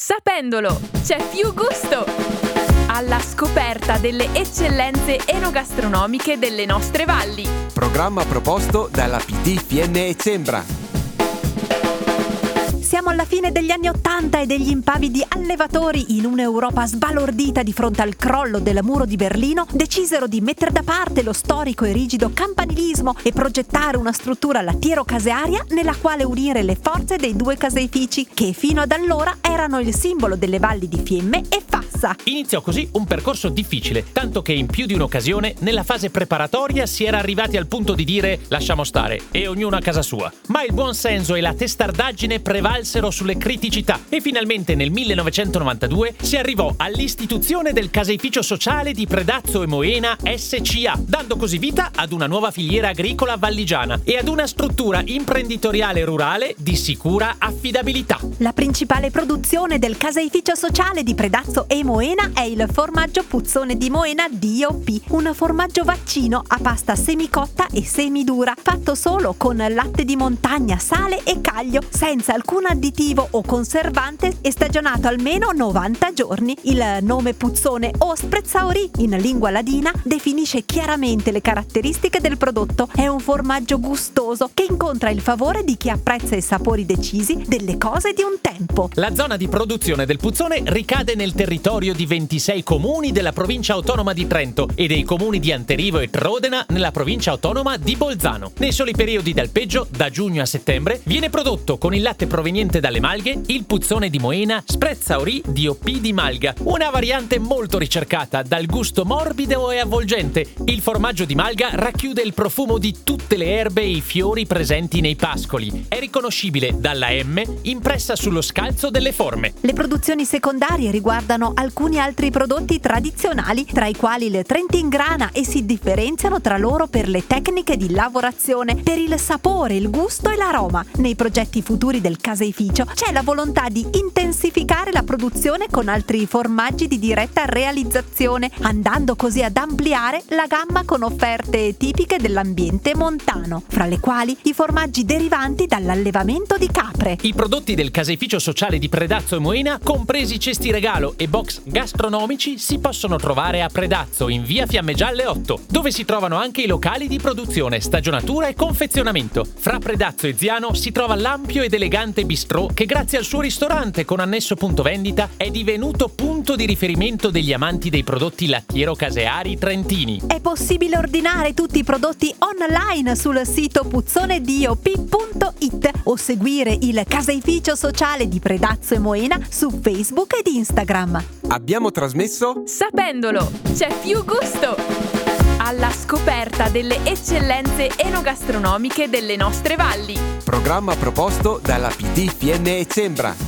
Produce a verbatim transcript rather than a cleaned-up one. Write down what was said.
Sapendolo, c'è più gusto! Alla scoperta delle eccellenze enogastronomiche delle nostre valli. Programma proposto dalla P T Fiemme e Cembra. Siamo alla fine degli anni Ottanta e degli impavidi allevatori in un'Europa sbalordita di fronte al crollo del muro di Berlino decisero di mettere da parte lo storico e rigido campanilismo e progettare una struttura lattiero-casearia nella quale unire le forze dei due caseifici che fino ad allora erano il simbolo delle valli di Fiemme e Fassa. Iniziò così un percorso difficile, tanto che in più di un'occasione nella fase preparatoria si era arrivati al punto di dire lasciamo stare e ognuno a casa sua. Ma il buon senso e la testardaggine prevalsero sulle criticità e finalmente nel millenovecentonovantadue si arrivò all'istituzione del caseificio sociale di Predazzo e Moena S C A, dando così vita ad una nuova filiera agricola valligiana e ad una struttura imprenditoriale rurale di sicura affidabilità. La principale produzione del caseificio sociale di Predazzo e Moena è il formaggio puzzone di Moena D O P, un formaggio vaccino a pasta semicotta e semidura, fatto solo con latte di montagna, sale e caglio, senza alcun additivo o conservante e stagionato almeno novanta giorni. Il nome puzzone o sprezzauri in lingua ladina definisce chiaramente le caratteristiche del prodotto. È un formaggio gustoso che incontra il favore di chi apprezza i sapori decisi delle cose di un tempo. La zona di produzione del puzzone ricade nel territorio di ventisei comuni della provincia autonoma di Trento e dei comuni di Anterivo e Trodena nella provincia autonoma di Bolzano. Nei soli periodi d'alpeggio, da giugno a settembre, viene prodotto con il latte proveniente dalle malghe il puzzone di Moena Sprezzauri D O P di Malga, una variante molto ricercata dal gusto morbido e avvolgente. Il formaggio di Malga racchiude il profumo di tutte le erbe e i fiori presenti nei pascoli. È riconoscibile dalla M impressa sullo scalzo delle forme. Le produzioni secondarie riguardano alcuni altri prodotti tradizionali, tra i quali il Trentingrana, e si differenziano tra loro per le tecniche di lavorazione, per il sapore, il gusto e l'aroma. Nei progetti futuri del caseificio c'è la volontà di intensificare la produzione con altri formaggi di diretta realizzazione, andando così ad ampliare la gamma con offerte tipiche dell'ambiente montano, fra le quali i formaggi derivanti dall'allevamento di capre. I prodotti del caseificio sociale di Predazzo e Moena, compresi cesti regalo e box gastronomici, si possono trovare a Predazzo in via Fiammegialle otto, dove si trovano anche i locali di produzione, stagionatura e confezionamento. Fra Predazzo e Ziano si trova l'ampio ed elegante bistrò che grazie al suo ristorante con annesso punto vendita è divenuto punto di riferimento degli amanti dei prodotti lattiero-caseari trentini. È possibile ordinare tutti i prodotti online sul sito puzzone dop punto it o seguire il caseificio sociale di Predazzo e Moena su Facebook ed Instagram. Abbiamo trasmesso Sapendolo, c'è più gusto! Alla scoperta delle eccellenze enogastronomiche delle nostre valli. Programma proposto dalla P T Fiemme e Cembra.